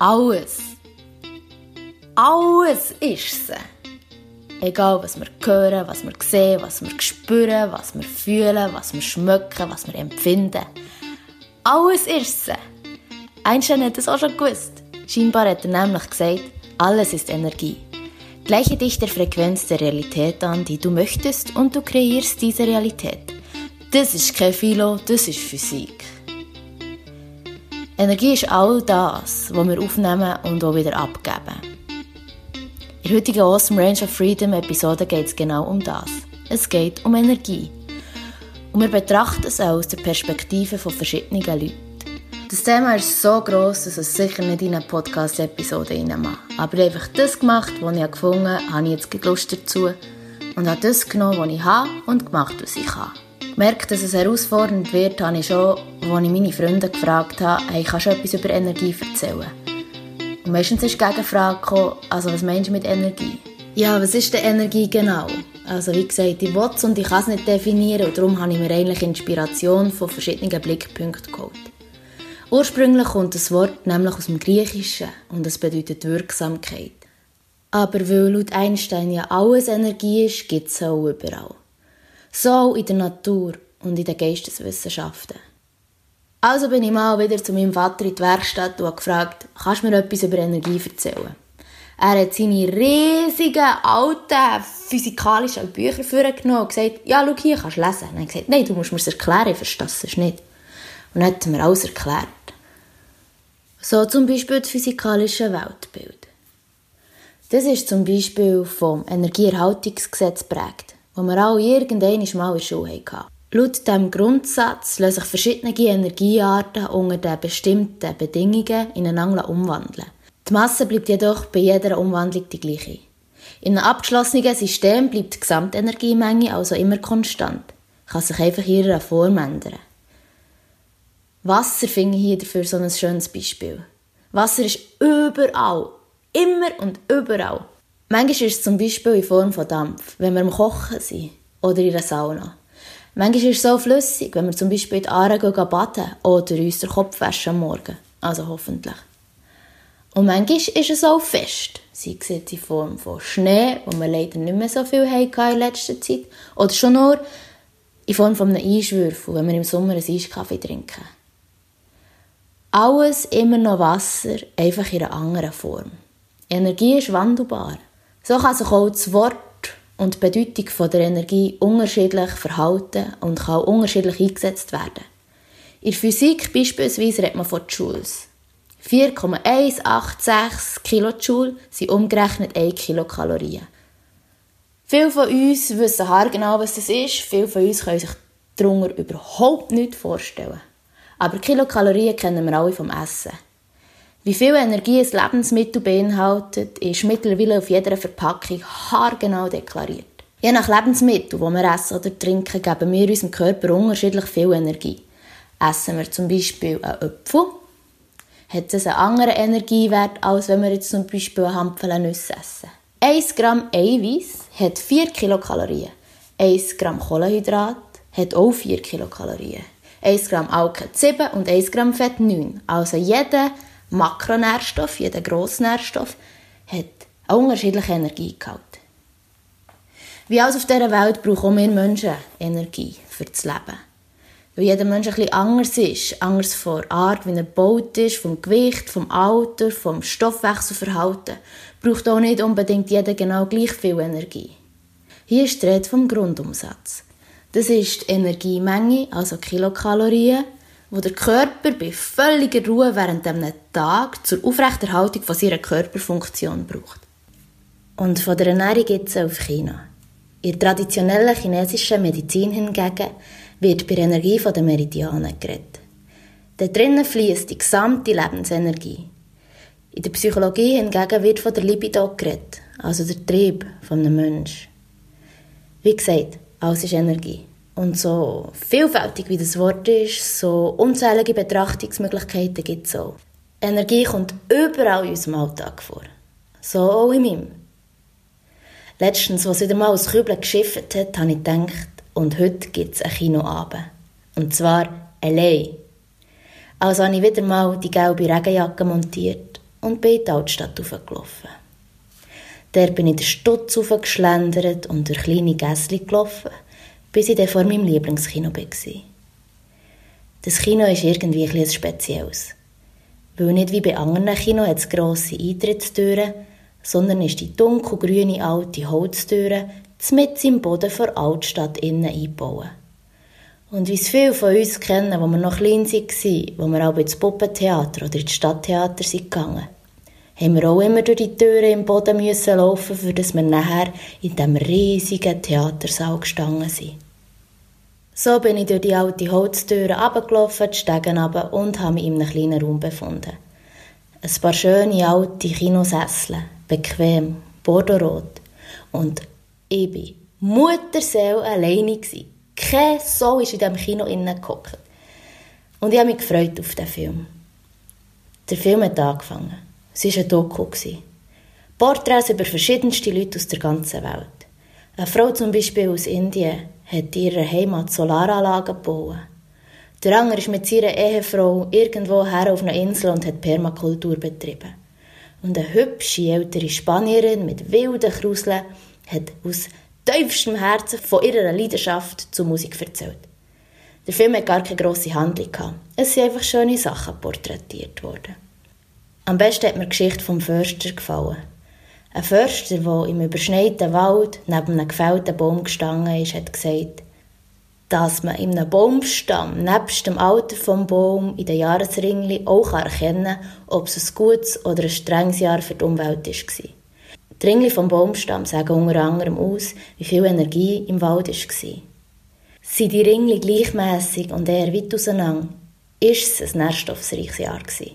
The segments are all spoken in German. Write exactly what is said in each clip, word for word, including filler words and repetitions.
Alles. Alles ist sie. Egal, was wir hören, was wir sehen, was wir spüren, was wir fühlen, was wir schmecken, was wir empfinden. Alles ist sie. Einstein hat das auch schon gewusst. Scheinbar hat er nämlich gesagt, alles ist Energie. Gleiche dich der Frequenz der Realität an, die du möchtest, und du kreierst diese Realität. Das ist kein Philo, das ist Physik. Energie ist all das, was wir aufnehmen und auch wieder abgeben. In der heutigen Awesome Range of Freedom Episode geht es genau um das. Es geht um Energie. Und wir betrachten es auch aus der Perspektive von verschiedenen Leuten. Das Thema ist so gross, dass es sicher nicht in eine Podcast-Episode reinmacht. Aber ich habe einfach das gemacht, was ich gefunden habe, habe ich jetzt Lust dazu. Und habe das genommen, was ich habe, und gemacht, was ich kann. Gemerkt, dass es herausfordernd wird, habe ich schon, als ich meine Freunde gefragt habe, hey, kannst du etwas über Energie erzählen? Und meistens ist die Gegenfrage gekommen, also was meinst du mit Energie? Ja, was ist denn Energie genau? Also wie gesagt, ich will es und ich kann es nicht definieren, und darum habe ich mir eigentlich Inspiration von verschiedenen Blickpunkten geholt. Ursprünglich kommt das Wort nämlich aus dem Griechischen und es bedeutet Wirksamkeit. Aber weil laut Einstein ja alles Energie ist, gibt es auch überall. So auch in der Natur und in den Geisteswissenschaften. Also bin ich mal wieder zu meinem Vater in die Werkstatt und habe gefragt, kannst du mir etwas über Energie erzählen? Er hat seine riesigen, alten, physikalischen Bücher vorgenommen und gesagt, ja, schau hier, kannst du lesen. Und er hat gesagt, nein, du musst mir das erklären, ich verstehe es nicht. Und dann hat er mir alles erklärt. So zum Beispiel das physikalische Weltbild. Das ist zum Beispiel vom Energieerhaltungsgesetz geprägt, das wir alle irgendwann mal in der Schule hatten. Laut diesem Grundsatz lassen sich verschiedene Energiearten unter den bestimmten Bedingungen ineinander umwandeln. Die Masse bleibt jedoch bei jeder Umwandlung die gleiche. In einem abgeschlossenen System bleibt die Gesamtenergiemenge also immer konstant, kann sich einfach in ihrer Form ändern. Wasser finde ich hier dafür so ein schönes Beispiel. Wasser ist überall, immer und überall. Manchmal ist es zum Beispiel in Form von Dampf, wenn wir am Kochen sind oder in einer Sauna. Manchmal ist es so flüssig, wenn wir zum Beispiel in die Aare gehen baden oder uns den Kopf waschen am Morgen. Also hoffentlich. Und manchmal ist es auch fest. Sei es in Form von Schnee, wo wir leider nicht mehr so viel hatten in letzter Zeit. Oder schon nur in Form von einem Eiswürfel, wenn wir im Sommer einen Eiskaffee trinken. Alles immer noch Wasser, einfach in einer anderen Form. Energie ist wandelbar. So kann sich auch das Wort und die Bedeutung von der Energie unterschiedlich verhalten und kann auch unterschiedlich eingesetzt werden. In der Physik beispielsweise redet man von Joules. vier Komma eins acht sechs Kilojoule sind umgerechnet ein Kilokalorien. Viele von uns wissen haargenau, was das ist. Viele von uns können sich darunter überhaupt nichts vorstellen. Aber Kilokalorien kennen wir alle vom Essen. Wie viel Energie ein Lebensmittel beinhaltet, ist mittlerweile auf jeder Verpackung haargenau deklariert. Je nach Lebensmittel, das wir essen oder trinken, geben wir unserem Körper unterschiedlich viel Energie. Essen wir zum Beispiel einen Apfel, hat es einen anderen Energiewert, als wenn wir jetzt zum Beispiel eine Handvoll Nüsse essen. ein Gramm Eiweiß hat vier Kilokalorien. ein Gramm Kohlenhydrat hat auch vier Kilokalorien. ein Gramm Algen sieben und ein Gramm Fett neun. Also jeder Makronährstoff, jeder Grossnährstoff hat einen unterschiedlichen Energiegehalt. Wie alles auf dieser Welt brauchen auch wir Menschen Energie für das Leben. Weil jeder Mensch ein bisschen anders ist, anders von der Art, wie er gebaut ist, vom Gewicht, vom Alter, vom Stoffwechselverhalten, braucht auch nicht unbedingt jeder genau gleich viel Energie. Hier ist die Rede vom Grundumsatz. Das ist die Energiemenge, also Kilokalorien, die der Körper bei völliger Ruhe während einem Tag zur Aufrechterhaltung von seiner Körperfunktion braucht. Und von der Ernährung jetzt auf China. In der traditionellen chinesischen Medizin hingegen wird bei der Energie von den Meridianen geredet. Da drinnen fließt die gesamte Lebensenergie. In der Psychologie hingegen wird von der Libido geredet, also der Trieb eines Menschen. Wie gesagt, alles ist Energie. Und so vielfältig wie das Wort ist, so unzählige Betrachtungsmöglichkeiten gibt es auch. Energie kommt überall in unserem Alltag vor. So auch in meinem. Letztens, als wieder mal aus Kübeln geschifft hat, habe ich gedacht, und heute gibt es einen Kinoabend. Und zwar allein. Also habe ich wieder mal die gelbe Regenjacke montiert und bin in die Altstadt hochgelaufen. Dort bin ich den Stutz hochgeschlendert und durch kleine Gässchen gelaufen, bis ich dann vor meinem Lieblingskino war. Das Kino ist irgendwie etwas Spezielles. Weil nicht wie bei anderen Kinos hat es grosse Eintrittstüren, sondern ist die dunkelgrüne alte Holztüre mitten im Boden der Altstadt innen eingebaut. Und wie es viele von uns kennen, als wir noch klein waren, wo wir auch ins Puppentheater oder ins Stadttheater gegangen sind, haben wir auch immer durch die Türen im Boden müssen laufen, für dass wir nachher in diesem riesigen Theatersaal gestanden sind. So bin ich durch die alte Holztüre runtergelaufen, die Stegen runter und habe mich in einem kleinen Raum befunden. Ein paar schöne alte Kinosessel, bequem, bordeaux-rot. Und ich war Mutterseele alleine. Keine Sau ist in diesem Kino innen gehockt. Und ich habe mich gefreut auf diesen Film. Der Film hat angefangen. Es war ein Doku. Porträts über verschiedenste Leute aus der ganzen Welt. Eine Frau zum Beispiel aus Indien hat in ihrer Heimat Solaranlagen gebaut. Der andere ist mit seiner Ehefrau irgendwo her auf einer Insel und hat Permakultur betrieben. Und eine hübsche ältere Spanierin mit wilden Kruseln hat aus tiefstem Herzen von ihrer Leidenschaft zur Musik erzählt. Der Film hat gar keine grosse Handlung gehabt. Es sind einfach schöne Sachen porträtiert worden. Am besten hat mir die Geschichte vom Förster gefallen. Ein Förster, der im überschneiten Wald neben einem gefällten Baum gestanden ist, hat gesagt, dass man in einem Baumstamm nebst dem Alter des Baums in den Jahresringli auch erkennen kann, ob es ein gutes oder ein strenges Jahr für die Umwelt war. Die Ringli vom Baumstamm sagen unter anderem aus, wie viel Energie im Wald war. Sind die Ringli gleichmässig und eher weit auseinander, ist es ein nährstoffreiches Jahr gewesen.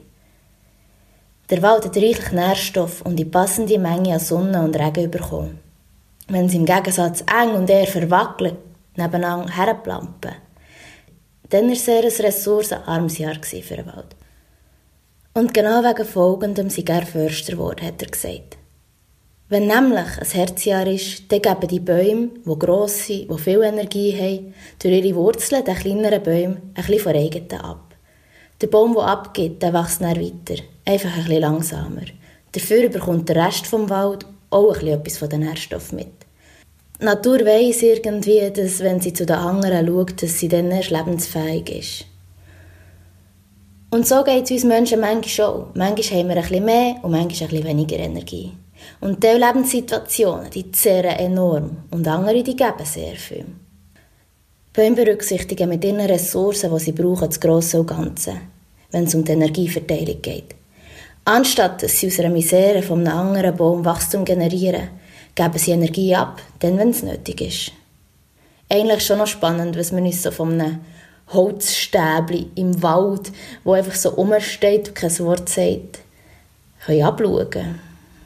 Der Wald hat reichlich Nährstoff und die passende Menge an Sonne und Regen bekommen. Wenn sie im Gegensatz eng und eher verwackelt nebeneinander herplampen, dann war es eher ein ressourcenarmes Jahr für den Wald. Und genau wegen Folgendem sei er Förster geworden, hat er gesagt. Wenn nämlich ein Herzjahr ist, dann geben die Bäume, die gross sind, die viel Energie haben, durch ihre Wurzeln den kleineren Bäumen ein bisschen von eigenen ab. Der Baum, der abgibt, der wächst dann weiter, einfach ein bisschen langsamer. Dafür bekommt der Rest vom Wald auch ein bisschen etwas von den Nährstoffen mit. Die Natur weiss irgendwie, dass, wenn sie zu den anderen schaut, dass sie dann erst lebensfähig ist. Und so geht es uns Menschen manchmal auch. Manchmal haben wir ein bisschen mehr und manchmal ein bisschen weniger Energie. Und diese Lebenssituationen, die zehren enorm und andere, die geben sehr viel. Bäume berücksichtigen mit ihren Ressourcen, die sie brauchen, das Grosse und Ganze, wenn es um die Energieverteilung geht. Anstatt dass sie aus einer Misere von einem anderen Baum Wachstum generieren, geben sie Energie ab, dann, wenn es nötig ist. Eigentlich schon noch spannend, was man uns so von einem Holzstäbli im Wald, wo einfach so rumsteht und kein Wort sagt, können abschauen.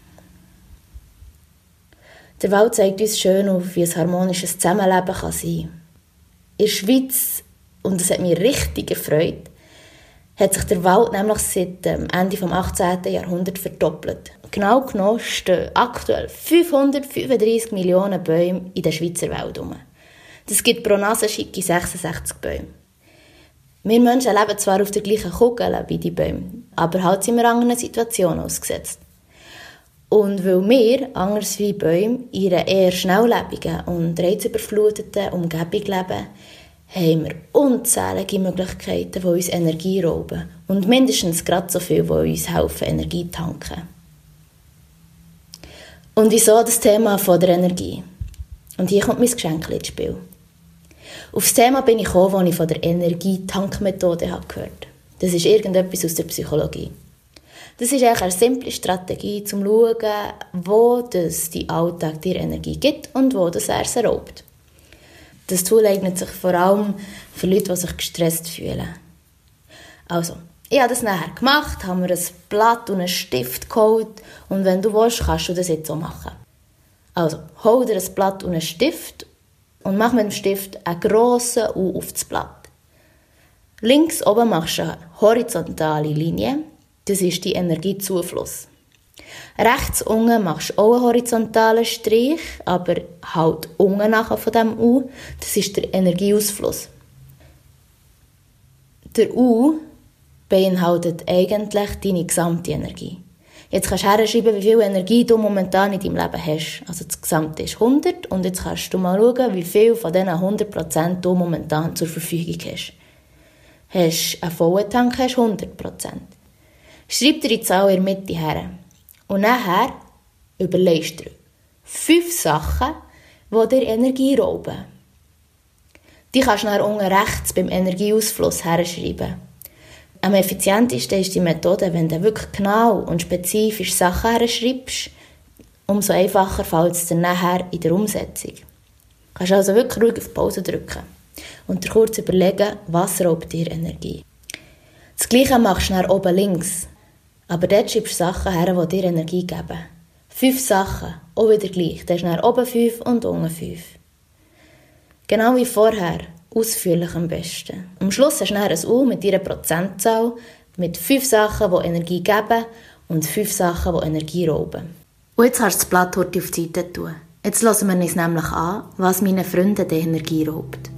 Der Wald zeigt uns schön auf, wie ein harmonisches Zusammenleben kann sein kann. In der Schweiz, und das hat mich richtig gefreut, hat sich der Wald nämlich seit dem Ende des achtzehnten Jahrhunderts verdoppelt. Genau genommen stehen aktuell fünfhundertfünfunddreissig Millionen Bäume in der Schweizer Welt herum. Das gibt pro Nase schicke sechsundsechzig Bäume. Wir Menschen leben zwar auf der gleichen Kugel wie die Bäume, aber halt sind wir anderen Situationen ausgesetzt. Und weil wir, anders wie Bäume, in einer eher schnelllebigen und reizüberfluteten Umgebung leben, haben wir unzählige Möglichkeiten, die uns Energie rauben und mindestens gerade so viel, die uns helfen, Energie zu tanken. Und wieso das Thema von der Energie? Und hier kommt mein Geschenk ins Spiel. Auf das Thema bin ich gekommen, als ich von der Energietankmethode gehört habe. Das ist irgendetwas aus der Psychologie. Das ist eigentlich eine simple Strategie, um zu schauen, wo das die Alltag dir Energie gibt und wo das er sie raubt. Das Tool eignet sich vor allem für Leute, die sich gestresst fühlen. Also, ich habe das nachher gemacht, habe mir ein Blatt und einen Stift geholt und wenn du willst, kannst du das jetzt auch machen. Also, hol dir ein Blatt und einen Stift und mach mit dem Stift einen grossen U auf das Blatt. Links oben machst du eine horizontale Linie. Das ist die Energiezufluss. Rechts unten machst du auch einen horizontalen Strich, aber halt unten nachher von diesem U. Das ist der Energieausfluss. Der U beinhaltet eigentlich deine gesamte Energie. Jetzt kannst du herschreiben, wie viel Energie du momentan in deinem Leben hast. Also das Gesamte ist hundert und jetzt kannst du mal schauen, wie viel von diesen hundert Prozent du momentan zur Verfügung hast. Hast du einen vollen Tank, hast du hundert Prozent. Schreib dir die Zahl in der Mitte her. Und nachher überlegst du fünf Sachen, die dir Energie rauben. Die kannst du dann unten rechts beim Energieausfluss herschreiben. Am effizientesten ist die Methode, wenn du wirklich genau und spezifisch Sachen herschreibst, umso einfacher fällt es dir nachher in der Umsetzung. Du kannst also wirklich ruhig auf Pause drücken und dir kurz überlegen, was raubt dir Energie. Das Gleiche machst du dann oben links, aber dort schreibst du Sachen her, die dir Energie geben. Fünf Sachen, auch wieder gleich. Da hast du dann oben fünf und unten fünf. Genau wie vorher. Ausführlich am besten. Am Schluss hast du dann ein U mit ihrer Prozentzahl, mit fünf Sachen, die Energie geben und fünf Sachen, die Energie rauben. Und jetzt kannst du das Blatt auf die Seite tun. Jetzt hören wir uns nämlich an, was meinen Freunden die Energie raubt.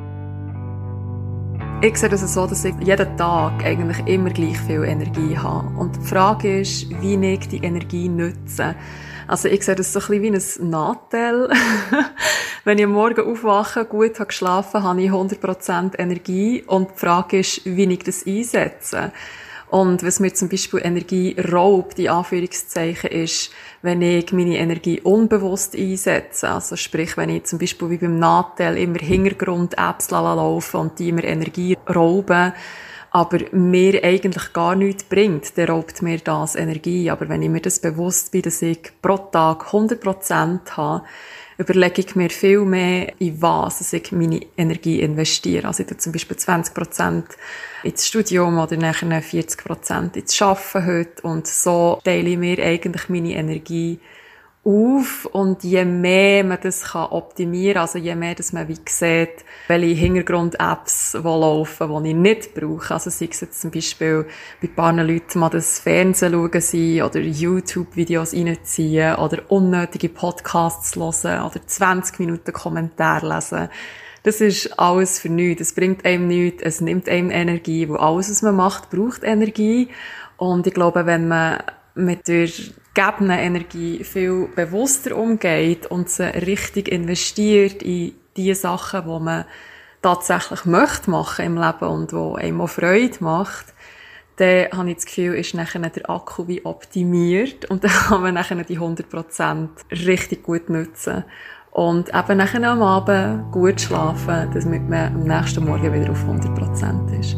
Ich sehe das so, dass ich jeden Tag eigentlich immer gleich viel Energie habe. Und die Frage ist, wie ich die Energie nutze. Also ich sehe das so ein bisschen wie ein Nachteil. Wenn ich am Morgen aufwache, gut habe geschlafen, habe ich hundert Prozent Energie. Und die Frage ist, wie ich das einsetze. Und was mir zum Beispiel Energie raubt, in Anführungszeichen, ist, wenn ich meine Energie unbewusst einsetze. Also sprich, wenn ich zum Beispiel wie beim Nachteil immer Hintergrund-Apps laufe und die mir Energie rauben, aber mir eigentlich gar nichts bringt, dann raubt mir das Energie. Aber wenn ich mir das bewusst bin, dass ich pro Tag hundert Prozent habe, überlege ich mir viel mehr, in was ich meine Energie investiere. Also ich tue zum Beispiel zwanzig Prozent ins Studium oder nachher vierzig Prozent ins Arbeiten heute. Und so teile ich mir eigentlich meine Energie auf. Und je mehr man das kann optimieren kann, also je mehr dass man wie sieht, welche Hintergrund-Apps die laufen, die ich nicht brauche. Also sei es jetzt zum Beispiel bei ein paar Leuten mal das Fernsehen schauen sein oder YouTube-Videos reinziehen oder unnötige Podcasts hören oder zwanzig Minuten Kommentare lesen. Das ist alles für nichts. Es bringt einem nichts, es nimmt einem Energie, weil alles, was man macht, braucht Energie. Und ich glaube, wenn man mit der gegebenen Energie viel bewusster umgeht und sie richtig investiert in die Sachen, die man tatsächlich möchte machen im Leben und die einem auch Freude macht, dann habe ich das Gefühl, ist nachher der Akku wie optimiert und dann kann man nachher die hundert Prozent richtig gut nutzen. Und eben nachher am Abend gut schlafen, damit man am nächsten Morgen wieder auf hundert Prozent ist.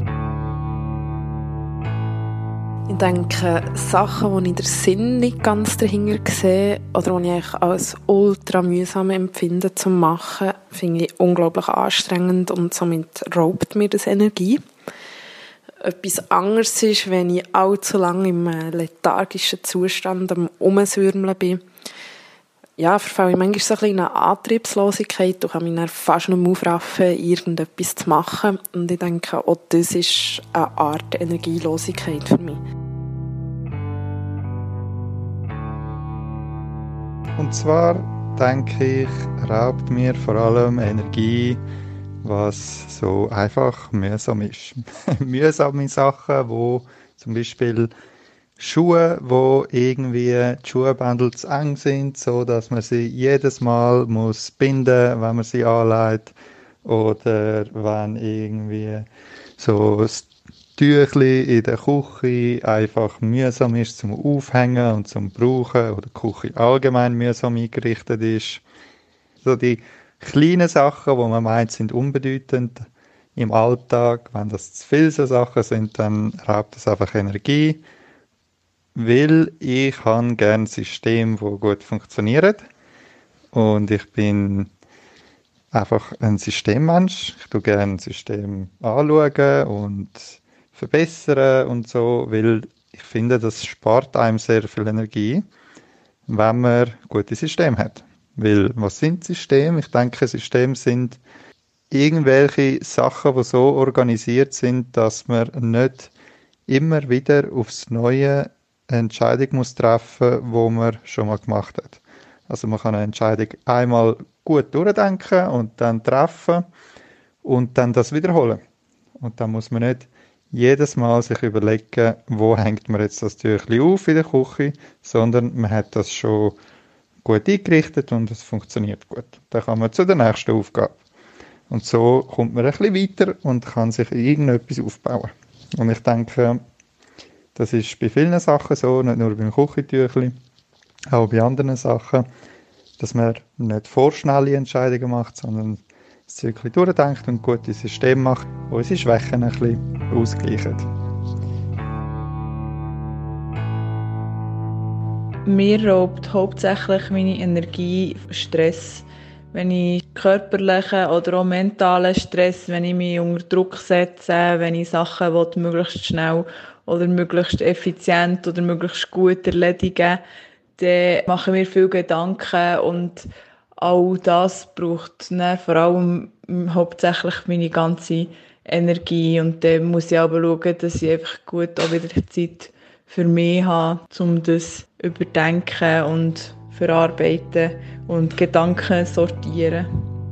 Ich denke, Sachen, die ich den Sinn nicht ganz dahinter sehe oder die ich als ultra mühsam empfinde zu machen, finde ich unglaublich anstrengend und somit raubt mir das Energie. Etwas anderes ist, wenn ich allzu lange im lethargischen Zustand am Umswürmeln bin. Ja, verfalle ich manchmal so ein bisschen eine Antriebslosigkeit und kann mich dann fast nicht mehr aufraffen, irgendetwas zu machen. Und ich denke, auch das ist eine Art Energielosigkeit für mich. Und zwar, denke ich, raubt mir vor allem Energie, was so einfach mühsam ist. Mühsame Sachen, wo zum Beispiel Schuhe, wo irgendwie die Schuhbändel zu eng sind, so dass man sie jedes Mal muss binden, wenn man sie anlegt, oder wenn irgendwie so das Tüchli in der Küche einfach mühsam ist zum Aufhängen und zum Brauchen oder die Küche allgemein mühsam eingerichtet ist. So die kleinen Sachen, wo man meint, sind unbedeutend im Alltag, wenn das zu viele so Sachen sind, dann raubt das einfach Energie. Weil ich habe gerne ein System, das gut funktioniert. Und ich bin einfach ein Systemmensch. Ich schaue gerne ein System anschauen und verbessern und so, weil ich finde, das spart einem sehr viel Energie, wenn man gute Systeme hat. Weil, was sind Systeme? Ich denke, Systeme sind irgendwelche Sachen, die so organisiert sind, dass man nicht immer wieder aufs Neue eine Entscheidung muss treffen, wo man schon mal gemacht hat. Also man kann eine Entscheidung einmal gut durchdenken und dann treffen und dann das wiederholen. Und dann muss man nicht jedes Mal sich überlegen, wo hängt man jetzt das Tüchli auf in der Küche, sondern man hat das schon gut eingerichtet und es funktioniert gut. Dann kann man zu der nächsten Aufgabe. Und so kommt man ein bisschen weiter und kann sich irgendetwas aufbauen. Und ich denke, das ist bei vielen Sachen so, nicht nur beim Küchentüchli, auch bei anderen Sachen, dass man nicht vorschnelle Entscheidungen macht, sondern das Zirkel durchdenkt und gute Systeme macht, die unsere Schwächen ein bisschen ausgleichen. Mir raubt hauptsächlich meine Energie Stress. Wenn ich körperlichen oder auch mentalen Stress, wenn ich mich unter Druck setze, wenn ich Sachen will, möglichst schnell oder möglichst effizient oder möglichst gut erledigen, dann machen wir viel Gedanken und all das braucht dann vor allem hauptsächlich meine ganze Energie und dann muss ich aber schauen, dass ich einfach gut auch wieder Zeit für mich habe, um das überdenken und verarbeiten und Gedanken sortieren.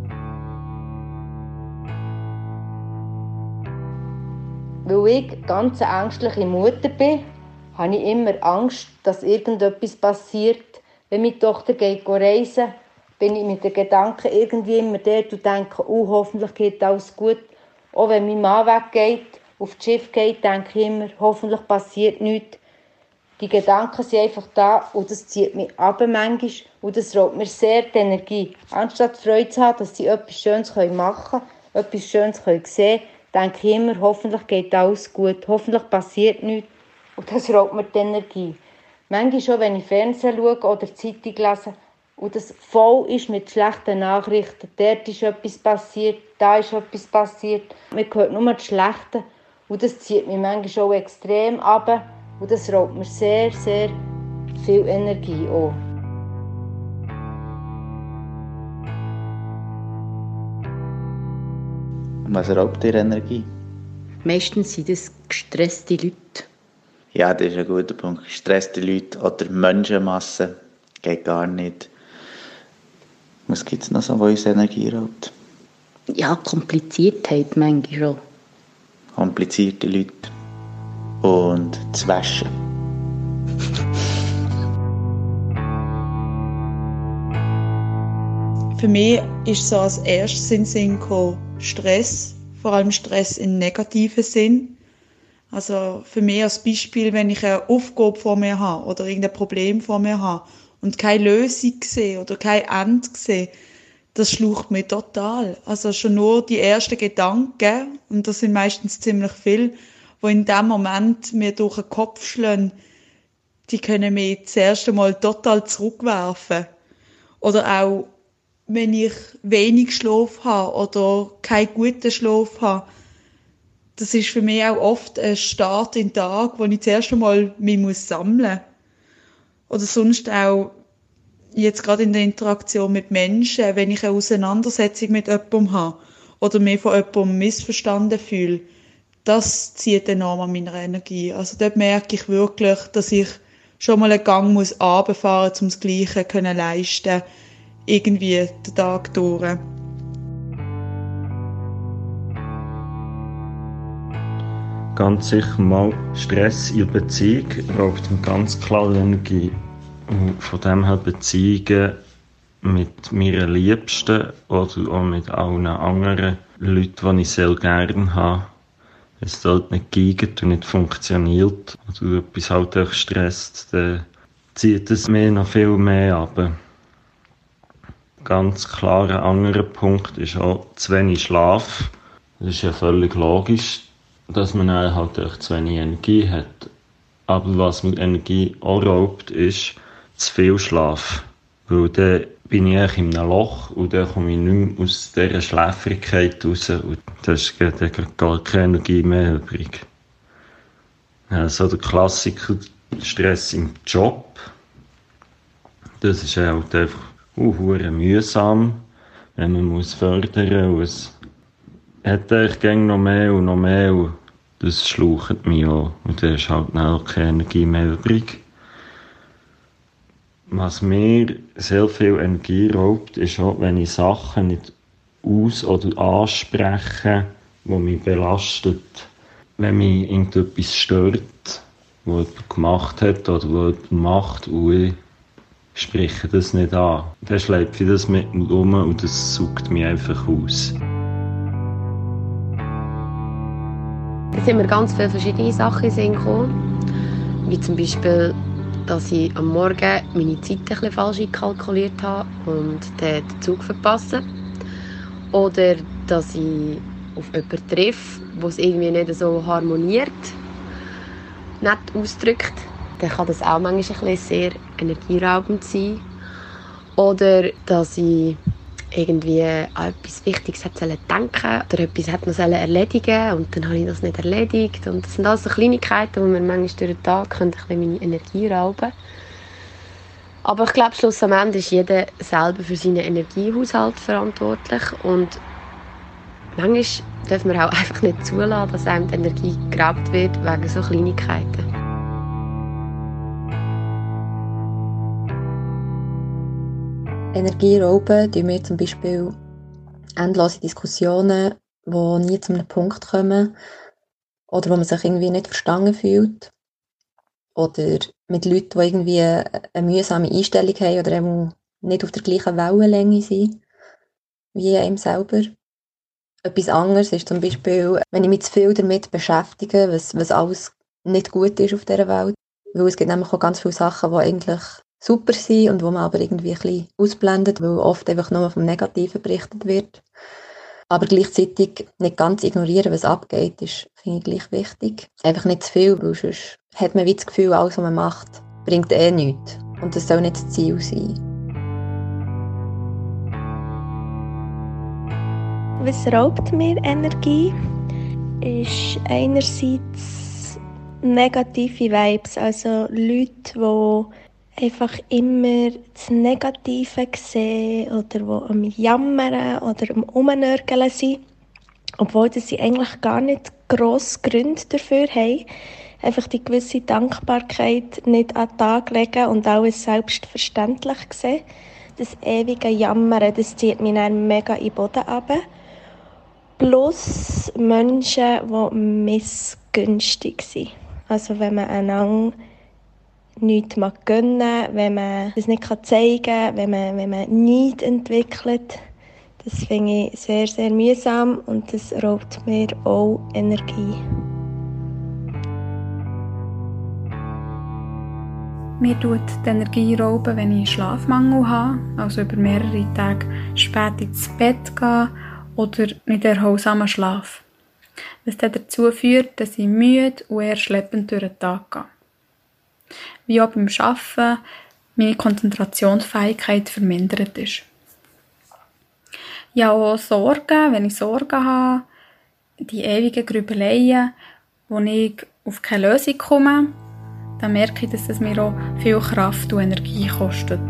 Weil ich ganz eine ängstliche Mutter bin, habe ich immer Angst, dass irgendetwas passiert. Wenn meine Tochter geht reisen, bin ich mit den Gedanken irgendwie immer dort und denke, oh, hoffentlich geht alles gut. Auch wenn mein Mann weggeht, auf das Schiff geht, denke ich immer, hoffentlich passiert nichts. Die Gedanken sind einfach da und das zieht mich ab manchmal und das raubt mir sehr die Energie. Anstatt Freude zu haben, dass sie etwas Schönes machen können, etwas Schönes sehen können, denke ich immer, hoffentlich geht alles gut, hoffentlich passiert nichts. Und das raubt mir die Energie. Manchmal schon, wenn ich Fernsehen schaue oder Zeitung lese und das voll ist mit schlechten Nachrichten. Dort ist etwas passiert, da ist etwas passiert. Man hört nur das Schlechte und das zieht mich manchmal schon extrem ab. Und das raubt mir sehr, sehr viel Energie an. Was raubt dir Energie? Meistens sind das gestresste Leute. Ja, das ist ein guter Punkt. Gestresste Leute oder Menschenmassen geht gar nicht. Was gibt es noch so, was uns Energie raubt? Ja, Kompliziertheit manchmal schon. Komplizierte Leute. Und das Waschen. Für mich ist so als erstes in den Sinn gekommen, Stress, vor allem Stress im negativen Sinn. Also für mich als Beispiel, wenn ich eine Aufgabe vor mir habe oder irgendein Problem vor mir habe und keine Lösung sehe oder kein Ende sehe, das schlaucht mich total. Also schon nur die ersten Gedanken, und das sind meistens ziemlich viele, die in dem Moment mir durch den Kopf schlagen, die können mich das erste Mal total zurückwerfen. Oder auch, wenn ich wenig Schlaf habe oder keinen guten Schlaf habe, das ist für mich auch oft ein Start in den Tag, wo ich zuerst einmal mich sammeln muss. Oder sonst auch, jetzt gerade in der Interaktion mit Menschen, wenn ich eine Auseinandersetzung mit jemandem habe oder mich von jemandem missverstanden fühle, das zieht enorm an meiner Energie. Also dort merke ich wirklich, dass ich schon mal einen Gang muss runterfahren muss, um das Gleiche zu leisten, irgendwie den Tag durch. Ganz sicher mal Stress in der Beziehung raubt mir ganz klar Energie. Und von dem her Beziehungen mit meiner Liebsten oder auch mit allen anderen Leuten, die ich sehr gerne habe. Wenn es dort nicht geht und nicht funktioniert oder etwas halt euch stresst, dann zieht es mir noch viel mehr ab. Ganz klar ein anderer Punkt ist auch zu wenig Schlaf. Das ist ja völlig logisch, dass man dann halt auch zu wenig Energie hat. Aber was mir Energie auch raubt, ist zu viel Schlaf. Weil dann bin ich eigentlich in einem Loch und dann komme ich nicht mehr aus dieser Schläfrigkeit raus und da ist dann gar keine Energie mehr übrig. Also der Klassiker Stress im Job, das ist halt einfach uh, mühsam, wenn man muss fördern muss. Es hat eigentlich noch mehr und noch mehr und das schlaucht mich auch und dann ist halt auch keine Energie mehr übrig. Was mir sehr viel Energie raubt, ist auch, wenn ich Sachen nicht aus- oder anspreche, die mich belastet. wenn mich irgendetwas stört, was jemand gemacht hat oder was jemand macht und ich spreche das nicht an, dann schleife ich das mit mir um und das saugt mich einfach aus. Es sind mir ganz viele verschiedene Sachen in den Sinn gekommen, wie zum Beispiel, dass ich am Morgen meine Zeit ein bisschen falsch einkalkuliert habe und den Zug verpasse. Oder dass ich auf jemanden treffe, wo es irgendwie nicht so harmoniert, nett ausdrückt. Dann kann das auch manchmal ein bisschen sehr energieraubend sein. Oder dass ich irgendwie an etwas Wichtiges hätte denken oder etwas hätte noch erledigen und dann habe ich das nicht erledigt. Und das sind alles so Kleinigkeiten, die mir manchmal durch den Tag ein bisschen meine Energie rauben. Aber ich glaube, schlussendlich ist jeder selber für seinen Energiehaushalt verantwortlich und manchmal darf man auch einfach nicht zulassen, dass einem die Energie geraubt wird wegen so Kleinigkeiten. Energie rauben tun wir zum Beispiel endlose Diskussionen, die nie zu einem Punkt kommen oder wo man sich irgendwie nicht verstanden fühlt. Oder mit Leuten, die irgendwie eine mühsame Einstellung haben oder eben nicht auf der gleichen Wellenlänge sind wie einem selber. Etwas anderes ist zum Beispiel, wenn ich mich zu viel damit beschäftige, was, was alles nicht gut ist auf dieser Welt. Weil es gibt nämlich auch ganz viele Sachen, die eigentlich super sind und wo man aber irgendwie ein bisschen ausblendet, weil oft einfach nur vom Negativen berichtet wird. Aber gleichzeitig nicht ganz ignorieren, was abgeht, ist, finde ich, gleich wichtig. Einfach nicht zu viel, weil sonst hat man wie das Gefühl, alles, was man macht, bringt eh nichts. Und das soll nicht das Ziel sein. Was raubt mir Energie, ist einerseits negative Vibes, also Leute, die einfach immer das Negative sehen oder die am Jammern oder am Rumnörgeln sind, obwohl sie eigentlich gar nicht grosse Gründe dafür haben. Einfach die gewisse Dankbarkeit nicht an den Tag legen und alles selbstverständlich sehen. Das ewige Jammern, das zieht mich dann mega in den Boden runter. Plus Menschen, die missgünstig sind. Also wenn man einander nichts gönnen mag, wenn man das nicht zeigen kann, wenn man, wenn man nichts entwickelt. Das finde ich sehr, sehr mühsam und das raubt mir auch Energie. Mir tut die Energie rauben, wenn ich Schlafmangel habe, also über mehrere Tage spät ins Bett gehe oder nicht erholsamen Schlaf. Was dann dazu führt, dass ich müde und eher schleppend durch den Tag gehe. Wie auch beim Arbeiten meine Konzentrationsfähigkeit vermindert ist. Ich habe auch Sorgen, wenn ich Sorgen habe, die ewigen Grübeleien, wo ich auf keine Lösung komme, dann merke ich, dass es mir auch viel Kraft und Energie kostet.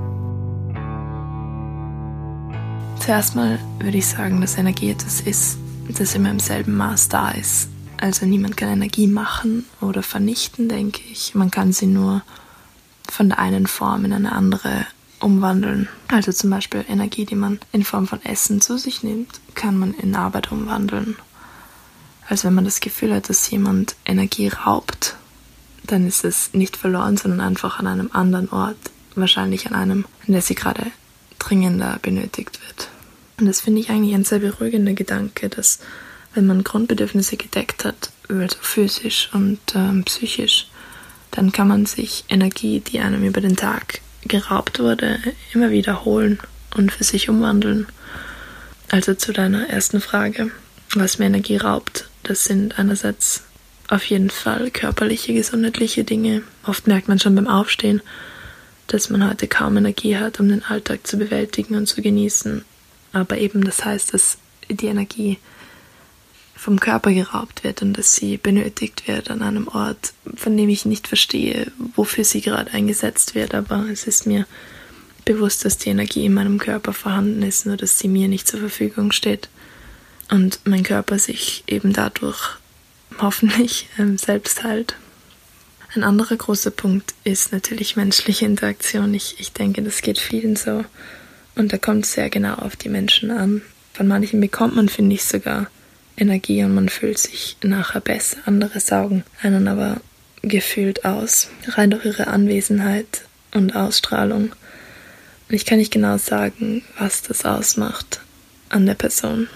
Zuerst mal würde ich sagen, dass Energie etwas ist, das immer im selben Maß da ist. Also niemand kann Energie machen oder vernichten, denke ich. Man kann sie nur von der einen Form in eine andere umwandeln. Also zum Beispiel Energie, die man in Form von Essen zu sich nimmt, kann man in Arbeit umwandeln. Also wenn man das Gefühl hat, dass jemand Energie raubt, dann ist es nicht verloren, sondern einfach an einem anderen Ort, wahrscheinlich an einem, an der sie gerade dringender benötigt wird. Und das finde ich eigentlich ein sehr beruhigender Gedanke, dass wenn man Grundbedürfnisse gedeckt hat, also physisch und ähm, psychisch, dann kann man sich Energie, die einem über den Tag geraubt wurde, immer wiederholen und für sich umwandeln. Also zu deiner ersten Frage, was mir Energie raubt, das sind einerseits auf jeden Fall körperliche, gesundheitliche Dinge. Oft merkt man schon beim Aufstehen, dass man heute kaum Energie hat, um den Alltag zu bewältigen und zu genießen. Aber eben das heißt, dass die Energie vom Körper geraubt wird und dass sie benötigt wird an einem Ort, von dem ich nicht verstehe, wofür sie gerade eingesetzt wird. Aber es ist mir bewusst, dass die Energie in meinem Körper vorhanden ist, nur dass sie mir nicht zur Verfügung steht. Und mein Körper sich eben dadurch hoffentlich ähm, selbst heilt. Ein anderer großer Punkt ist natürlich menschliche Interaktion. Ich, ich denke, das geht vielen so. Und da kommt es sehr genau auf die Menschen an. Von manchen bekommt man, finde ich, sogar Energie und man fühlt sich nachher besser. Andere saugen einen aber gefühlt aus, rein durch ihre Anwesenheit und Ausstrahlung. Und ich kann nicht genau sagen, was das ausmacht an der Person.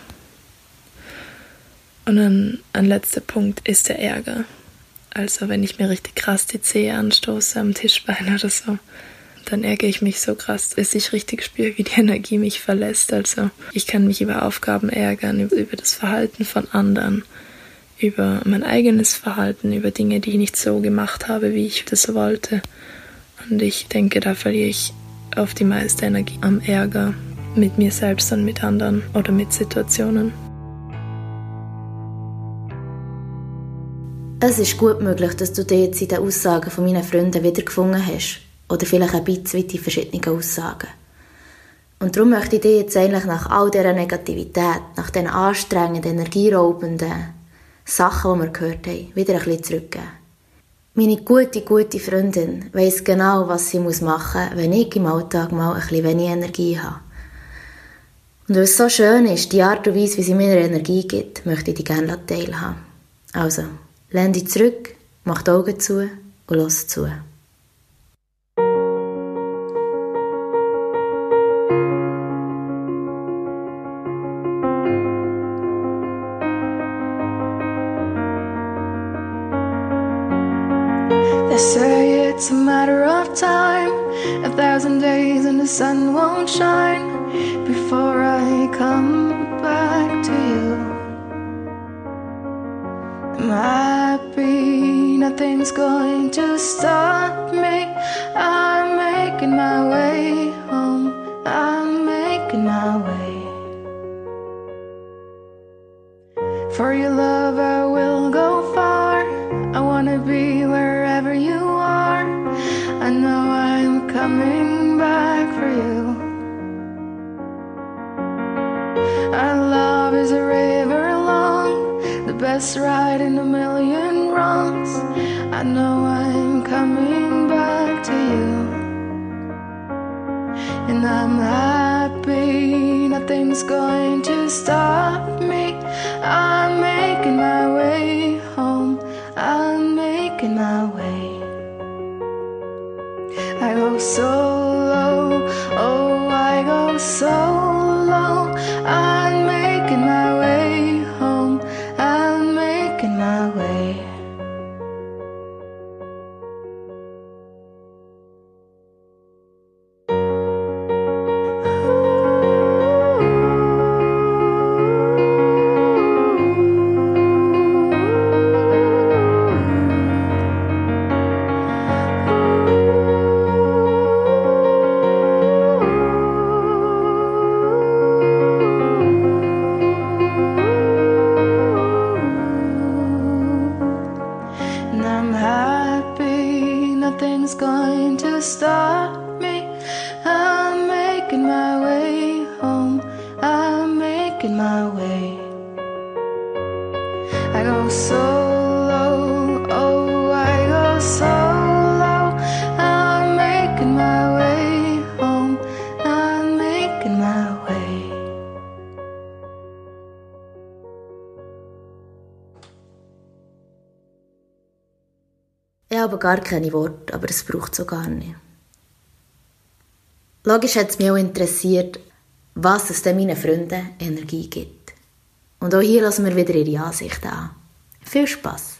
Und ein, ein letzter Punkt ist der Ärger. Also wenn ich mir richtig krass die Zehe anstoße am Tischbein oder so, dann ärgere ich mich so krass, dass ich richtig spüre, wie die Energie mich verlässt. Also ich kann mich über Aufgaben ärgern, über, über das Verhalten von anderen, über mein eigenes Verhalten, über Dinge, die ich nicht so gemacht habe, wie ich das wollte. Und ich denke, da verliere ich auf die meiste Energie am Ärger mit mir selbst und mit anderen oder mit Situationen. Es ist gut möglich, dass du dich jetzt in den Aussagen von meinen Freunden wiedergefunden hast. Oder vielleicht ein bisschen in verschiedenen Aussagen. Und darum möchte ich dir jetzt eigentlich nach all dieser Negativität, nach diesen anstrengenden, energieraubenden Sachen, die wir gehört haben, wieder ein bisschen zurückgeben. Meine gute, gute Freundin weiss genau, was sie machen muss, wenn ich im Alltag mal ein bisschen wenig Energie habe. Und weil es so schön ist, die Art und Weise, wie sie mir Energie gibt, möchte ich dich gerne teilhaben. Also, lehn dich zurück, mach die Augen zu und lass zu. They say it's a matter of time, a thousand days and the sun won't shine before I come back to you. I'm happy, nothing's going to stop me. I'm making my way home, I'm making my way. For your love I will go far, I wanna be wherever you are. I know I'm coming back for you. Our love is a river long, the best ride in a million wrongs. I know I'm coming back to you. And I'm happy, nothing's going to stop me. I'm making my way home, I'm making my way. I go so low, oh I go so low. I'm making my way home, I'm making my way. And I'm happy, nothing's going to stop me. I'm making my way home, I'm making my way. I go so low, oh I go so low. I'm making my way home, I'm making my way. Ich habe gar keine Worte, aber es braucht so gar nicht. Logisch hat es mich auch interessiert, was es denn meinen Freunden Energie gibt. Und auch hier lassen wir wieder ihre Ansicht an. Viel Spass!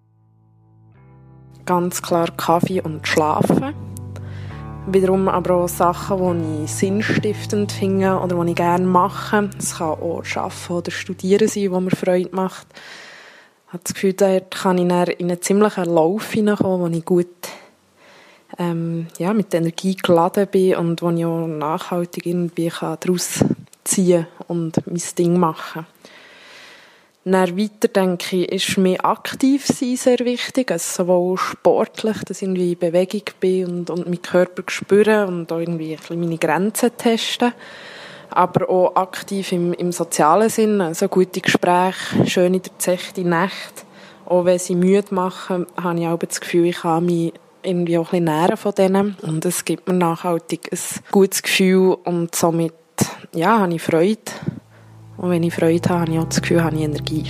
Ganz klar Kaffee und Schlafen. Wiederum aber auch Sachen, die ich sinnstiftend finde oder die ich gerne mache. Es kann auch Arbeiten oder Studieren sein, was mir Freude macht. Ich habe das Gefühl, da kann ich dann in einen ziemlichen Lauf hineinkommen, wo ich gut ähm, ja, mit Energie geladen bin und wo ich auch nachhaltig irgendwie daraus ziehen und mein Ding machen. Dann weiter, denke ich, ist mehr aktiv sein sehr wichtig, also sowohl sportlich, dass ich irgendwie in Bewegung bin und, und meinen Körper spüre und auch irgendwie ein bisschen meine Grenzen testen. Aber auch aktiv im, im sozialen Sinn, also gute Gespräche, schöne, durchzechte Nächte. Auch wenn sie müde machen, habe ich auch das Gefühl, ich kann mich irgendwie auch ein bisschen nähren von denen. Und es gibt mir nachhaltig ein gutes Gefühl und somit, ja, habe ich Freude Und wenn ich Freude habe, habe ich auch das Gefühl, habe ich Energie.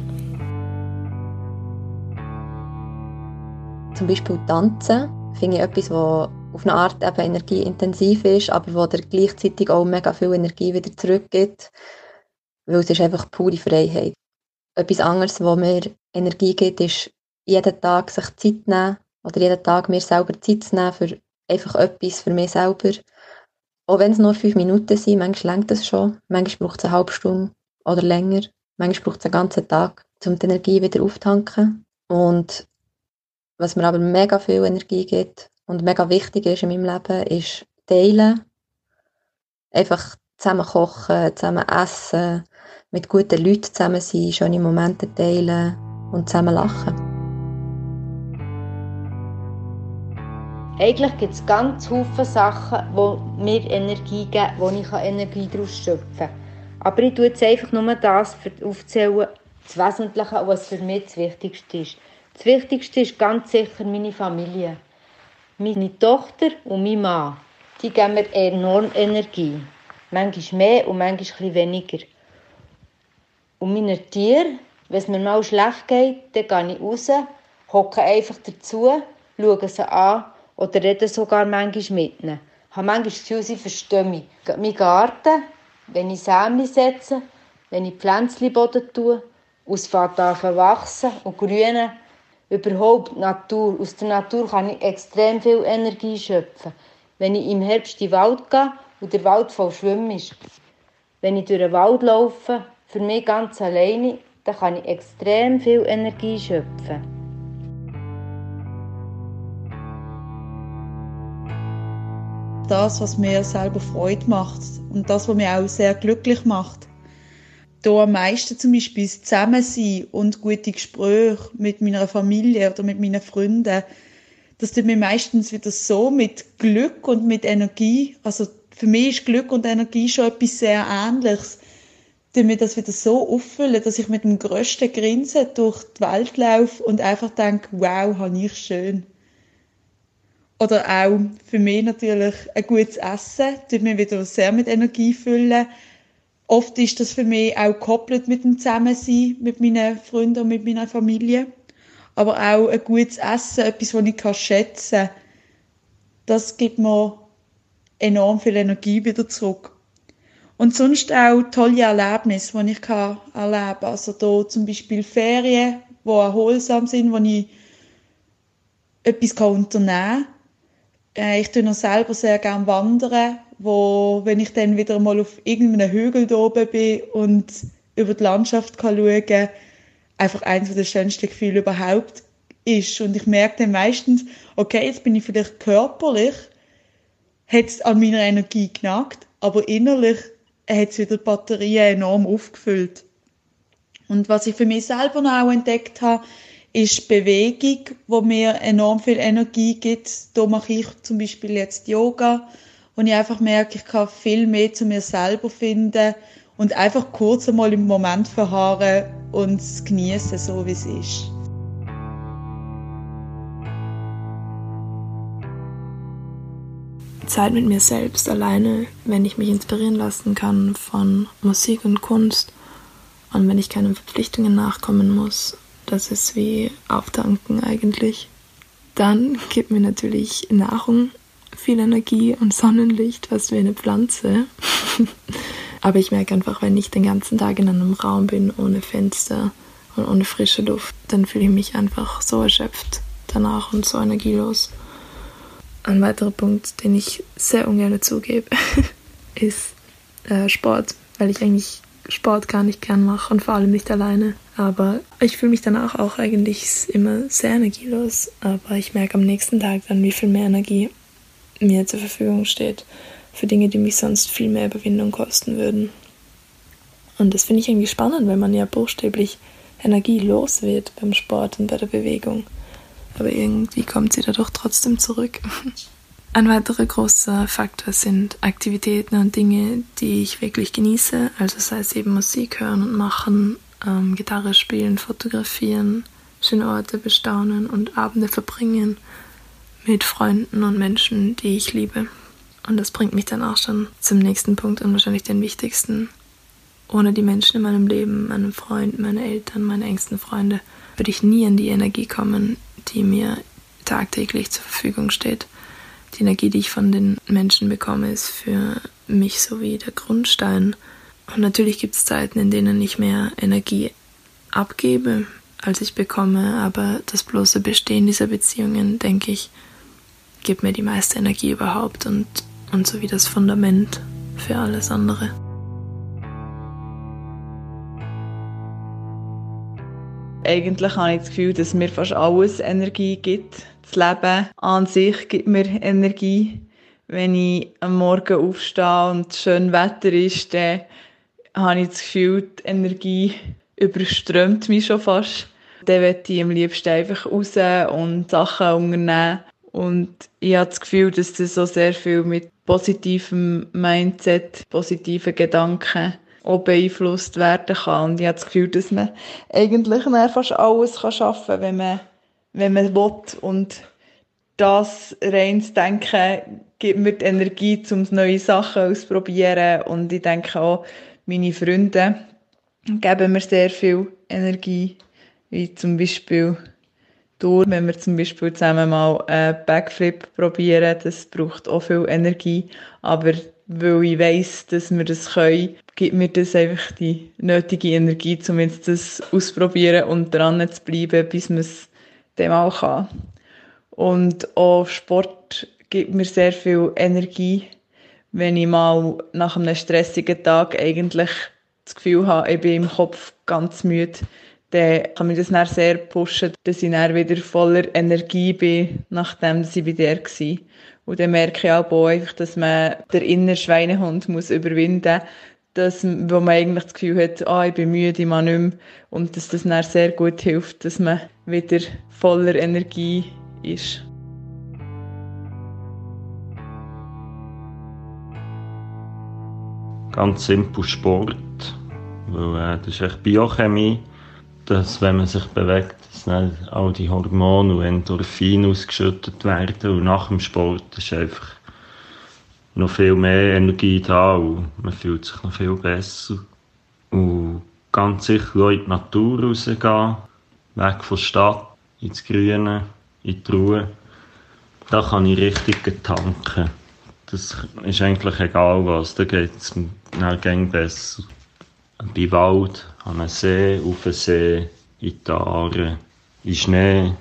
Zum Beispiel Tanzen finde ich etwas, das auf eine Art eben energieintensiv ist, aber wo dir gleichzeitig auch mega viel Energie wieder zurückgibt, weil es ist einfach pure Freiheit. Etwas anderes, was mir Energie gibt, ist jeden Tag sich Zeit nehmen oder jeden Tag mir selber Zeit zu nehmen für einfach etwas für mich selber. Auch wenn es nur fünf Minuten sind, manchmal reicht das schon, manchmal braucht es eine halbe Stunde oder länger, manchmal braucht es einen ganzen Tag, um die Energie wieder aufzutanken. Und was mir aber mega viel Energie gibt und mega wichtig ist in meinem Leben, ist teilen. Einfach zusammen kochen, zusammen essen, mit guten Leuten zusammen sein, schöne Momente teilen und zusammen lachen. Eigentlich gibt es ganz viele Sachen, die mir Energie geben, wo ich Energie daraus schöpfen kann. Aber ich tue jetzt einfach nur das aufzählen, das Wesentliche, was für mich das Wichtigste ist. Das Wichtigste ist ganz sicher meine Familie. Meine Tochter und mein Mann, die geben mir enorm Energie. Manchmal mehr und manchmal etwas weniger. Und meine Tiere, wenn es mir mal schlecht geht, dann gehe ich raus, hocke einfach dazu, schaue sie an oder rede sogar manchmal mit ihnen. Ich habe manchmal das Gefühl, sie verstehen mich. Mein Garten, wenn ich Sämli setze, wenn ich Pflänzchen in den Boden tue, es fängt an zu wachsen und grünen. Überhaupt die Natur. Aus der Natur kann ich extrem viel Energie schöpfen. Wenn ich im Herbst in den Wald gehe und der Wald voll Schwimmen ist. Wenn ich durch den Wald laufe, für mich ganz alleine, dann kann ich extrem viel Energie schöpfen. Das, was mir selber Freude macht und das, was mich auch sehr glücklich macht. Da am meisten zum Beispiel das Zusammensein und gute Gespräche mit meiner Familie oder mit meinen Freunden, das tut mir meistens wieder so mit Glück und mit Energie. Also für mich ist Glück und Energie schon etwas sehr Ähnliches. Tut mir das wieder so auffüllen, dass ich mit dem grössten Grinsen durch die Welt laufe und einfach denke, wow, habe ich schön. Oder auch für mich natürlich ein gutes Essen, tut mir wieder sehr mit Energie füllen. Oft ist das für mich auch gekoppelt mit dem Zusammensein mit meinen Freunden und mit meiner Familie. Aber auch ein gutes Essen, etwas, das ich schätzen kann, das gibt mir enorm viel Energie wieder zurück. Und sonst auch tolle Erlebnisse, die ich erleben kann. Also hier zum Beispiel Ferien, die erholsam sind, wo ich etwas unternehmen kann. Ich tue noch selber sehr gerne wandern, wo, wenn ich dann wieder mal auf irgendeinem Hügel da oben bin und über die Landschaft schauen kann, einfach eines der schönsten Gefühle überhaupt ist. Und ich merke dann meistens, okay, jetzt bin ich vielleicht körperlich, hat es an meiner Energie genagt, aber innerlich hat es wieder die Batterien enorm aufgefüllt. Und was ich für mich selber noch auch entdeckt habe, ist Bewegung, die mir enorm viel Energie gibt. Da mache ich zum Beispiel jetzt Yoga, und ich einfach merke, ich kann viel mehr zu mir selber finden und einfach kurz einmal im Moment verharren und es genießen, so wie es ist. Zeit mit mir selbst alleine, wenn ich mich inspirieren lassen kann von Musik und Kunst und wenn ich keinen Verpflichtungen nachkommen muss, das ist wie Auftanken eigentlich. Dann gibt mir natürlich Nahrung viel Energie und Sonnenlicht, fast wie eine Pflanze. Aber ich merke einfach, wenn ich den ganzen Tag in einem Raum bin, ohne Fenster und ohne frische Luft, dann fühle ich mich einfach so erschöpft danach und so energielos. Ein weiterer Punkt, den ich sehr ungern zugebe, ist äh, Sport, weil ich eigentlich Sport gar nicht gern mache und vor allem nicht alleine. Aber ich fühle mich danach auch eigentlich immer sehr energielos. Aber ich merke am nächsten Tag dann, wie viel mehr Energie mir zur Verfügung steht für Dinge, die mich sonst viel mehr Überwindung kosten würden. Und das finde ich irgendwie spannend, weil man ja buchstäblich Energie los wird beim Sport und bei der Bewegung. Aber irgendwie kommt sie dadurch trotzdem zurück. Ein weiterer großer Faktor sind Aktivitäten und Dinge, die ich wirklich genieße, also sei es eben Musik hören und machen, ähm, Gitarre spielen, fotografieren, schöne Orte bestaunen und Abende verbringen mit Freunden und Menschen, die ich liebe. Und das bringt mich dann auch schon zum nächsten Punkt und wahrscheinlich den wichtigsten. ohne die Menschen in meinem Leben, meinen Freunden, meine Eltern, meine engsten Freunde, würde ich nie an die Energie kommen, die mir tagtäglich zur Verfügung steht. Die Energie, die ich von den Menschen bekomme, ist für mich so wie der Grundstein. Und natürlich gibt es Zeiten, in denen ich mehr Energie abgebe, als ich bekomme, aber das bloße Bestehen dieser Beziehungen, denke ich, gibt mir die meiste Energie überhaupt und, und so wie das Fundament für alles andere. Eigentlich habe ich das Gefühl, dass mir fast alles Energie gibt. Das Leben an sich gibt mir Energie. Wenn ich am Morgen aufstehe und schön Wetter ist, dann habe ich das Gefühl, die Energie überströmt mich schon fast. Dann möchte ich am liebsten einfach raus und Sachen unternehmen. Und ich habe das Gefühl, dass das so sehr viel mit positivem Mindset, positiven Gedanken auch beeinflusst werden kann. Und ich habe das Gefühl, dass man eigentlich fast alles schaffen kann, wenn man, wenn man will. Und das rein zu denken, gibt mir die Energie, um neue Sachen auszuprobieren. Und ich denke auch, meine Freunde geben mir sehr viel Energie, wie zum Beispiel durch, wenn wir zum Beispiel zusammen mal einen Backflip probieren, das braucht auch viel Energie, aber weil ich weiss, dass wir das können, gibt mir das einfach die nötige Energie, um jetzt das auszuprobieren und dran zu bleiben, bis man es dann mal kann. Und auch Sport gibt mir sehr viel Energie, wenn ich mal nach einem stressigen Tag eigentlich das Gefühl habe, ich bin im Kopf ganz müde, dann kann mich das dann sehr pushen, dass ich dann wieder voller Energie bin, nachdem ich bei der war. Und dann merke ich auch einfach, dass man den inneren Schweinehund muss überwinden muss, wo man eigentlich das Gefühl hat, ah, ich bin müde, ich mag nicht mehr. Und dass das dann sehr gut hilft, dass man wieder voller Energie ist. Ganz simpel Sport, weil äh, das ist echt Biochemie, dass wenn man sich bewegt, dass dann all die Hormone und Endorphine ausgeschüttet werden und nach dem Sport ist einfach noch viel mehr Energie da und man fühlt sich noch viel besser. Und ganz sicher auch in die Natur rausgehen, weg von der Stadt, ins Grüne, in die Ruhe. Da kann ich richtig tanken. Das ist eigentlich egal was, da geht es dann besser. Bei Wald, an einem See, auf einem See, in die Aare, in Schnee.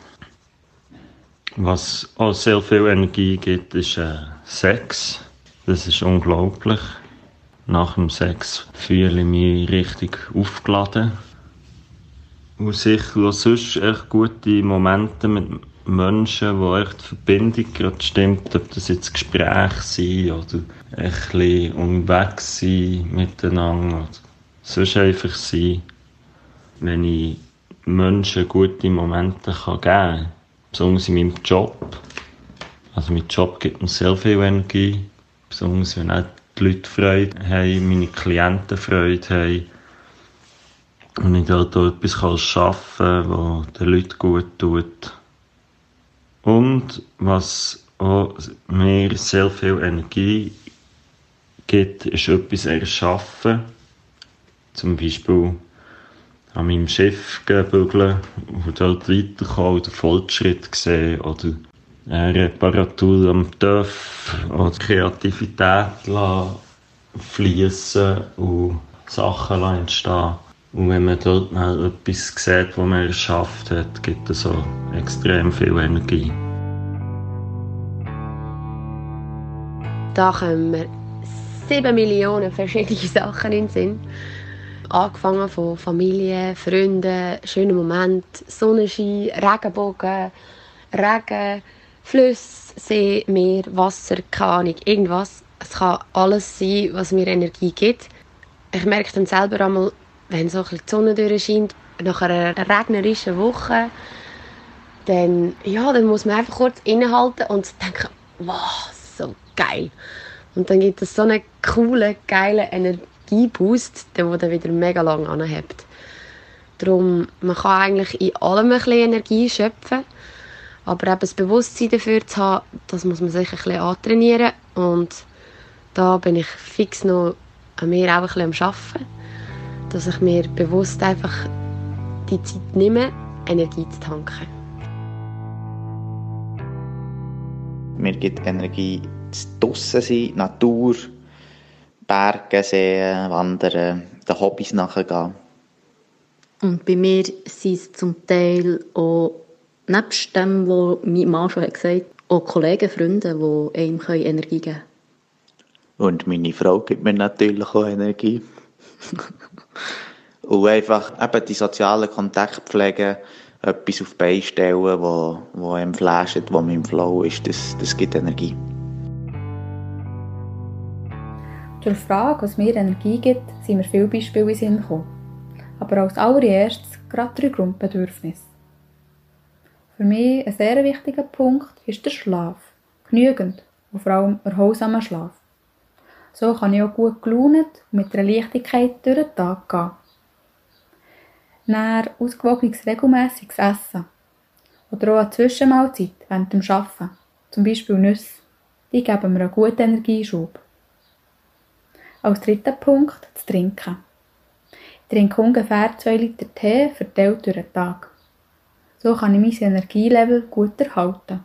Was auch sehr viel Energie gibt, ist äh, Sex. Das ist unglaublich. Nach dem Sex fühle ich mich richtig aufgeladen. Und sicher auch sonst echt gute Momente mit Menschen, wo echt die Verbindung gerade stimmt, ob das jetzt Gespräche sind oder ein bisschen unterwegs sein miteinander oder sonst einfach sein. Wenn ich Menschen gute Momente kann geben kann, besonders in meinem Job. Also mein Job gibt mir sehr viel Energie, besonders wenn auch die Leute Freude haben, meine Klienten Freude haben. Und ich dort auch etwas arbeiten kann, was den Leuten gut tut. Und was auch mir sehr viel Energie gibt, ist etwas erschaffen. Zum Beispiel an meinem Schiff bügeln und dort weiterkommen oder Fortschritt sehen oder eine Reparatur am T Ö F oder Kreativität fließen und Sachen entstehen. Und wenn man dort mal etwas sieht, was man erschafft hat, gibt es so extrem viel Energie. Da kommen mir sieben Millionen verschiedene Sachen in den Sinn. Angefangen von Familie, Freunden, schönen Moment, Sonnenschein, Regenbogen, Regen, Flüsse, See, Meer, Wasser, keine Ahnung, irgendwas. Es kann alles sein, was mir Energie gibt. Ich merke dann selber einmal, wenn so ein bisschen die Sonne durchscheint, nach einer regnerischen Woche, dann, ja, dann muss man einfach kurz innehalten und denken, wow, so geil. Und dann gibt es so einen coolen, geilen Energieboost, der dann wieder mega lang anhebt. Darum, man kann eigentlich in allem ein bisschen Energie schöpfen, aber eben das Bewusstsein dafür zu haben, das muss man sich ein bisschen antrainieren. Und da bin ich fix noch an mir auch ein bisschen am Arbeiten. dass ich mir bewusst einfach die Zeit nehme, Energie zu tanken. Mir gibt Energie zu draussen sein, Natur, Berge sehen, wandern, den Hobbys nachgehen. Und bei mir sind es zum Teil auch, nebst dem, was mein Mann schon gesagt hat, auch Kollegen, Freunde, die einem Energie geben können. Und meine Frau gibt mir natürlich auch Energie. Und einfach eben die sozialen Kontakte pflegen, etwas auf die Beine stellen, wo, wo einem flasht, wo man im Flow ist, das, das gibt Energie. Zur Frage, was mir Energie gibt, sind mir viele Beispiele in den Sinn gekommen. Aber als allererstes gerade drei Grundbedürfnisse. Für mich ein sehr wichtiger Punkt ist der Schlaf. Genügend und vor allem erholsamer Schlaf. So kann ich auch gut gelaunt und mit einer Leichtigkeit durch den Tag gehen. Dann ausgewogenes, regelmässiges Essen. Oder auch eine Zwischenmahlzeit während dem Arbeiten. Zum Beispiel Nüsse. Die geben mir einen guten Energieschub. Als dritter Punkt das Trinken. Ich trinke ungefähr zwei Liter Tee verteilt durch den Tag. So kann ich mein Energielevel gut erhalten.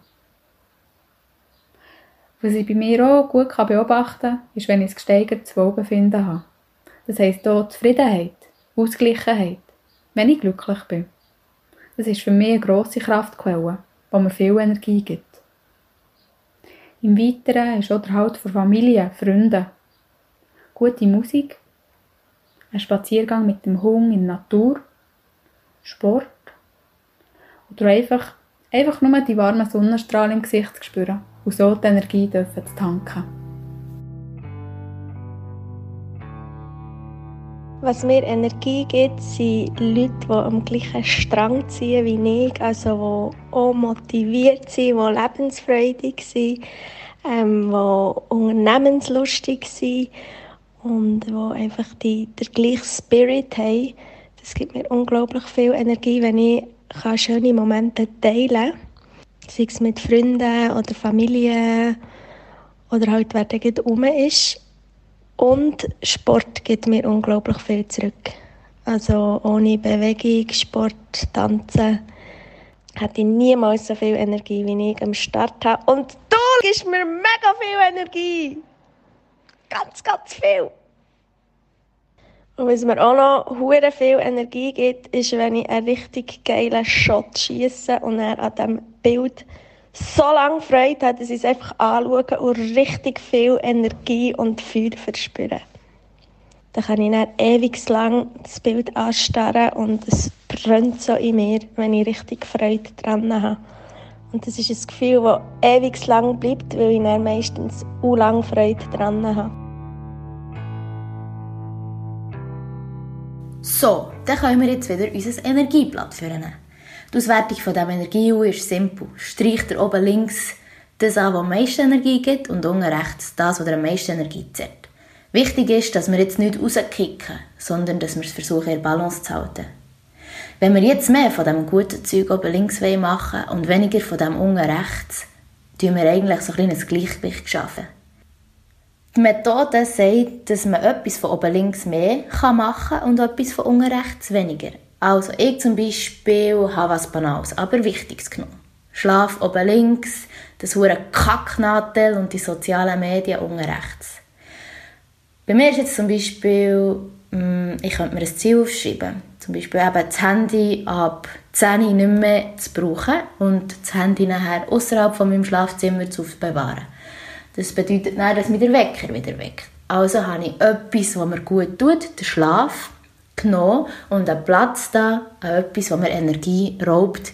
Was ich bei mir auch gut beobachten kann, ist, wenn ich ein gesteigertes Wohlbefinden habe. Das heisst auch Zufriedenheit, Ausgeglichenheit, wenn ich glücklich bin. Das ist für mich eine grosse Kraftquelle, die mir viel Energie gibt. Im Weiteren ist auch der Halt von Familie, Freunden, gute Musik, ein Spaziergang mit dem Hund in der Natur, Sport oder einfach, einfach nur die warmen Sonnenstrahlen im Gesicht zu spüren und so die Energie dürfen zu tanken. Was mir Energie gibt, sind Leute, die am gleichen Strang ziehen wie ich, also die auch motiviert sind, die lebensfreudig sind, ähm, die unternehmenslustig sind und die einfach die, den gleichen Spirit haben. Das gibt mir unglaublich viel Energie, wenn ich kann schöne Momente teilen kann. Sei es mit Freunden oder Familie oder halt wer da rum ist. Und Sport gibt mir unglaublich viel zurück. Also ohne Bewegung, Sport, Tanzen hätte ich niemals so viel Energie, wie ich am Start habe. Und du gibst mir mega viel Energie. Ganz, ganz viel. Und was mir auch noch hure viel Energie gibt, ist, wenn ich einen richtig geilen Shot schiesse und dann an diesem Bild so lange Freude habe, dass ich es einfach anschaue und richtig viel Energie und Feuer verspüre. Dann kann ich dann ewig lang das Bild anstarren und es brennt so in mir, wenn ich richtig Freude dran habe. Und das ist ein Gefühl, das ewig lang bleibt, weil ich dann meistens auch lange Freude dran habe. So, dann können wir jetzt wieder unser Energieblatt führen. Die Auswertung von diesem Energieuhr ist simpel. Streicht ihr oben links das an, was am meisten Energie gibt, und unten rechts das, was am meisten Energie zehrt. Wichtig ist, dass wir jetzt nicht rauskicken, sondern dass wir es versuchen, in Balance zu halten. Wenn wir jetzt mehr von dem guten Zeug oben links machen und weniger von dem unten rechts, schaffen wir eigentlich so ein kleines Gleichgewicht schaffen. Die Methode sagt, dass man etwas von oben links mehr machen kann und etwas von unten rechts weniger. Also ich zum Beispiel habe was Banales, aber Wichtiges genommen. Schlaf oben links, das hure Kacknadel und die sozialen Medien unten rechts. Bei mir ist jetzt zum Beispiel, ich könnte mir ein Ziel aufschreiben. Zum Beispiel eben das Handy ab zehn Uhr nicht mehr zu brauchen und das Handy nachher außerhalb von meinem Schlafzimmer zu aufbewahren. Das bedeutet dann, dass mich der Wecker wieder weckt. Also habe ich etwas, was mir gut tut, den Schlaf, genommen und einen Platz da, an etwas, was mir Energie raubt,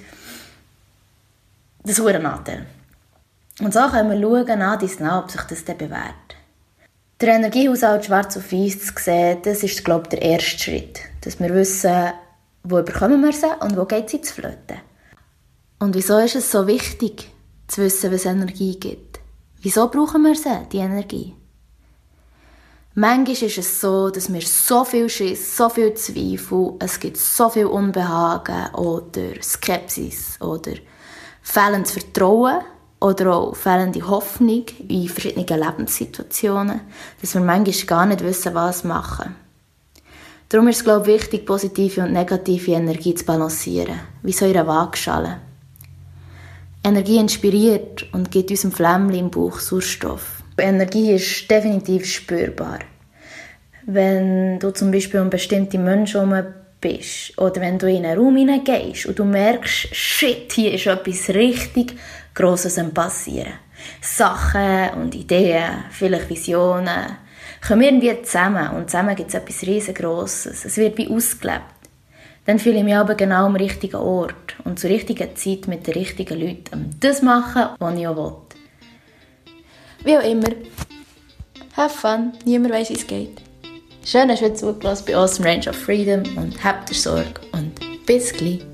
das Uhrenanteil. Und so können wir schauen, nach dies nach, ob sich das dann bewährt. Der Energiehaushalt schwarz auf weiß zu sehen, das ist, glaube ich, der erste Schritt. Dass wir wissen, wo bekommen wir sie und wo geht sie zu flöten. Und wieso ist es so wichtig, zu wissen, was Energie gibt? Wieso brauchen wir sie, die Energie? Manchmal ist es so, dass wir so viel Schiss, so viel Zweifel, es gibt so viel Unbehagen oder Skepsis oder fehlendes Vertrauen oder auch fehlende Hoffnung in verschiedenen Lebenssituationen, dass wir manchmal gar nicht wissen, was machen. Darum ist es, glaube ich, wichtig, positive und negative Energie zu balancieren, wie so in einer Waagschale. Energie inspiriert und gibt unserem Flämmchen im Bauch Sauerstoff. Energie ist definitiv spürbar. Wenn du zum Beispiel um bestimmte Menschen herum bist oder wenn du in einen Raum hineingehst und du merkst, shit, hier ist etwas richtig Grosses am Passieren. Sachen und Ideen, vielleicht Visionen, kommen irgendwie zusammen und zusammen gibt es etwas riesengroßes. Es wird wie ausgelebt. Dann fühle ich mich aber genau am richtigen Ort und zur richtigen Zeit mit den richtigen Leuten, um das zu machen, was ich auch will. Wie auch immer. Have fun, niemand weiss, wie es geht. Schön, dass du zugelassen bei Awesome Range of Freedom und habt ihr Sorge und bis gleich.